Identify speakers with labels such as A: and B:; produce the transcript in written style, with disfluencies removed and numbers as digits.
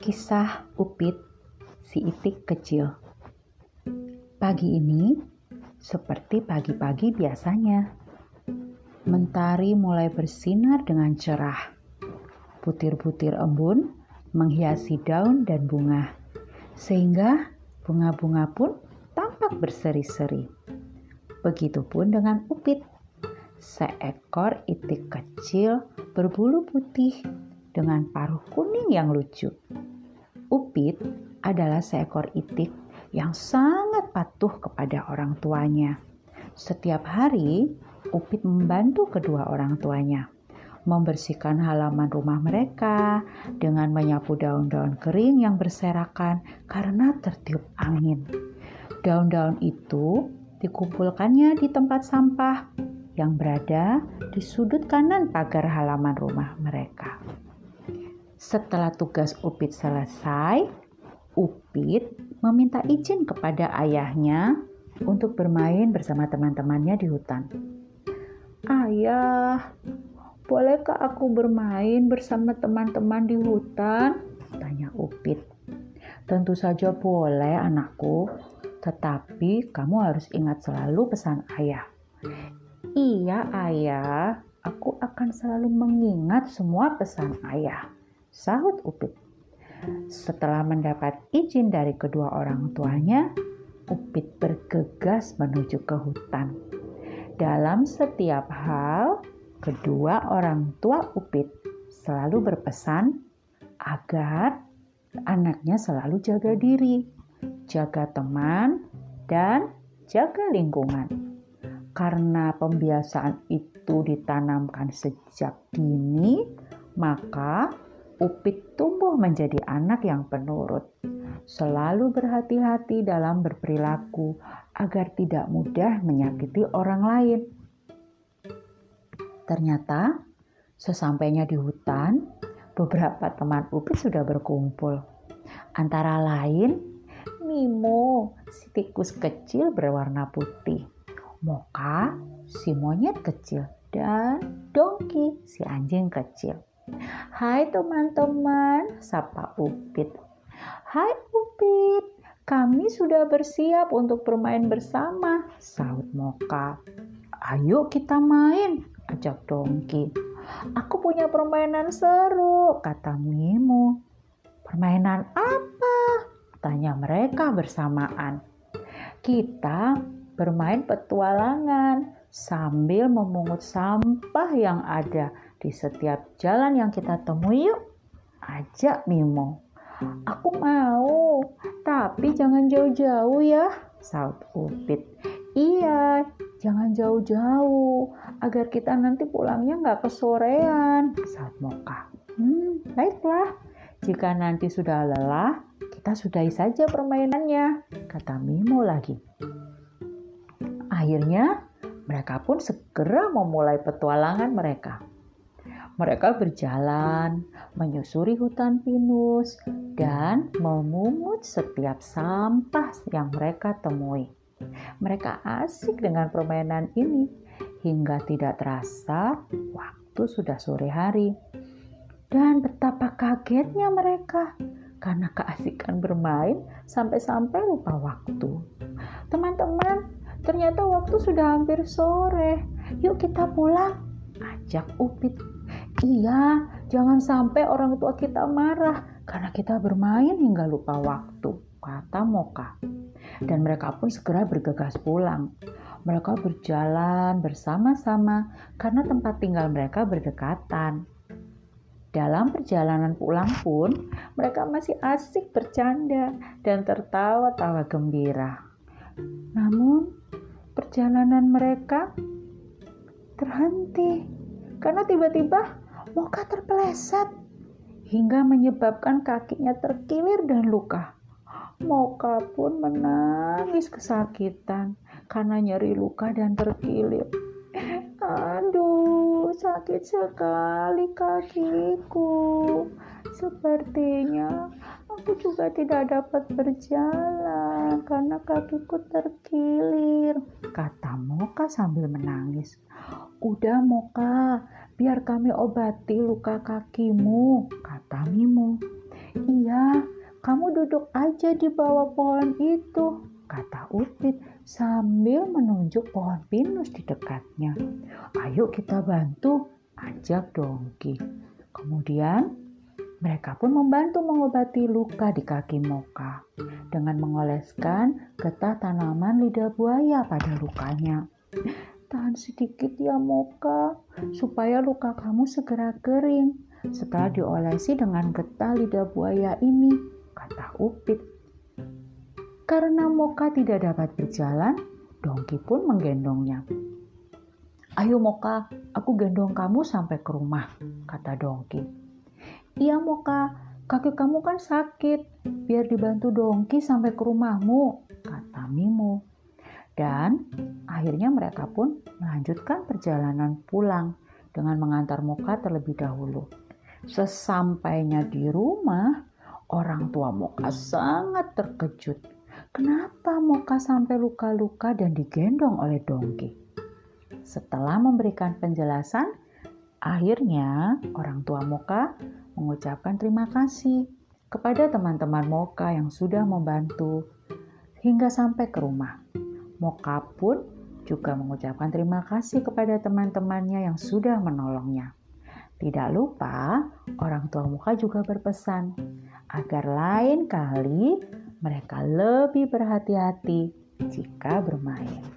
A: Kisah Upit, si itik kecil. Pagi ini, seperti pagi-pagi biasanya, mentari mulai bersinar dengan cerah. Butir-butir embun menghiasi daun dan bunga, sehingga bunga-bunga pun tampak berseri-seri. Begitupun dengan Upit, seekor itik kecil berbulu putih dengan paruh kuning yang lucu. Upit adalah seekor itik yang sangat patuh kepada orang tuanya. Setiap hari, Upit membantu kedua orang tuanya membersihkan halaman rumah mereka dengan menyapu daun-daun kering yang berserakan karena tertiup angin. Daun-daun itu dikumpulkannya di tempat sampah yang berada di sudut kanan pagar halaman rumah mereka. Setelah tugas Upit selesai, Upit meminta izin kepada ayahnya untuk bermain bersama teman-temannya di hutan. "Ayah, bolehkah aku bermain bersama teman-teman di hutan?" tanya Upit. "Tentu saja boleh, anakku. Tetapi kamu harus ingat selalu pesan ayah." "Iya, ayah. Aku akan selalu mengingat semua pesan ayah," sahut Upit. Setelah mendapat izin dari kedua orang tuanya, Upit bergegas menuju ke hutan. Dalam setiap hal, kedua orang tua Upit selalu berpesan agar anaknya selalu jaga diri, jaga teman, dan jaga lingkungan. Karena pembiasaan itu ditanamkan sejak dini, maka Upit tumbuh menjadi anak yang penurut, selalu berhati-hati dalam berperilaku agar tidak mudah menyakiti orang lain. Ternyata, sesampainya di hutan, beberapa teman Upit sudah berkumpul. Antara lain, Mimo, si tikus kecil berwarna putih, Moka, si monyet kecil, dan Dongki, si anjing kecil. "Hai teman-teman," sapa Upit. "Hai Upit, kami sudah bersiap untuk bermain bersama," sahut Moka. "Ayo kita main," ajak Dongki. "Aku punya permainan seru," kata Mimo. "Permainan apa?" tanya mereka bersamaan. "Kita bermain petualangan sambil memungut sampah yang ada di setiap jalan yang kita temui, yuk," ajak Mimo. "Aku mau, tapi jangan jauh-jauh ya," sahut Upit. "Iya, jangan jauh-jauh, agar kita nanti pulangnya nggak kesorean," sahut Moka. Baiklah, jika nanti sudah lelah, kita sudahi saja permainannya," kata Mimo lagi. Akhirnya, mereka pun segera memulai petualangan mereka. Mereka berjalan, menyusuri hutan pinus, dan memungut setiap sampah yang mereka temui. Mereka asik dengan permainan ini, hingga tidak terasa waktu sudah sore hari. Dan betapa kagetnya mereka, karena keasikan bermain sampai-sampai lupa waktu. "Teman-teman, ternyata waktu sudah hampir sore. Yuk kita pulang," ajak Upit. "Iya, jangan sampai orang tua kita marah karena kita bermain hingga lupa waktu," kata Moka. Dan mereka pun segera bergegas pulang. Mereka berjalan bersama-sama karena tempat tinggal mereka berdekatan. Dalam perjalanan pulang pun, mereka masih asik bercanda dan tertawa-tawa gembira. Namun, perjalanan mereka terhenti karena tiba-tiba Moka terpeleset hingga menyebabkan kakinya terkilir dan luka. Moka pun menangis kesakitan karena nyeri luka dan terkilir. "Aduh, sakit sekali kakiku. Sepertinya aku juga tidak dapat berjalan karena kakiku terkilir," kata Moka sambil menangis. "Udah Moka, biar kami obati luka kakimu," kata Mimo. "Iya, kamu duduk aja di bawah pohon itu," kata Upit sambil menunjuk pohon pinus di dekatnya. "Ayo kita bantu," ajak Dongki. Kemudian mereka pun membantu mengobati luka di kaki Moka dengan mengoleskan getah tanaman lidah buaya pada lukanya. "Tahan sedikit ya Moka, supaya luka kamu segera kering setelah diolesi dengan getah lidah buaya ini," kata Upit. Karena Moka tidak dapat berjalan, Dongki pun menggendongnya. "Ayo Moka, aku gendong kamu sampai ke rumah," kata Dongki. "Iya Moka, kaki kamu kan sakit, biar dibantu Dongki sampai ke rumahmu," kata Mimo. Dan akhirnya mereka pun melanjutkan perjalanan pulang dengan mengantar Moka terlebih dahulu. Sesampainya di rumah, orang tua Moka sangat terkejut. Kenapa Moka sampai luka-luka dan digendong oleh Dongki? Setelah memberikan penjelasan, akhirnya orang tua Moka mengucapkan terima kasih kepada teman-teman Moka yang sudah membantu hingga sampai ke rumah. Moka pun juga mengucapkan terima kasih kepada teman-temannya yang sudah menolongnya. Tidak lupa, orang tua Moka juga berpesan agar lain kali mereka lebih berhati-hati jika bermain.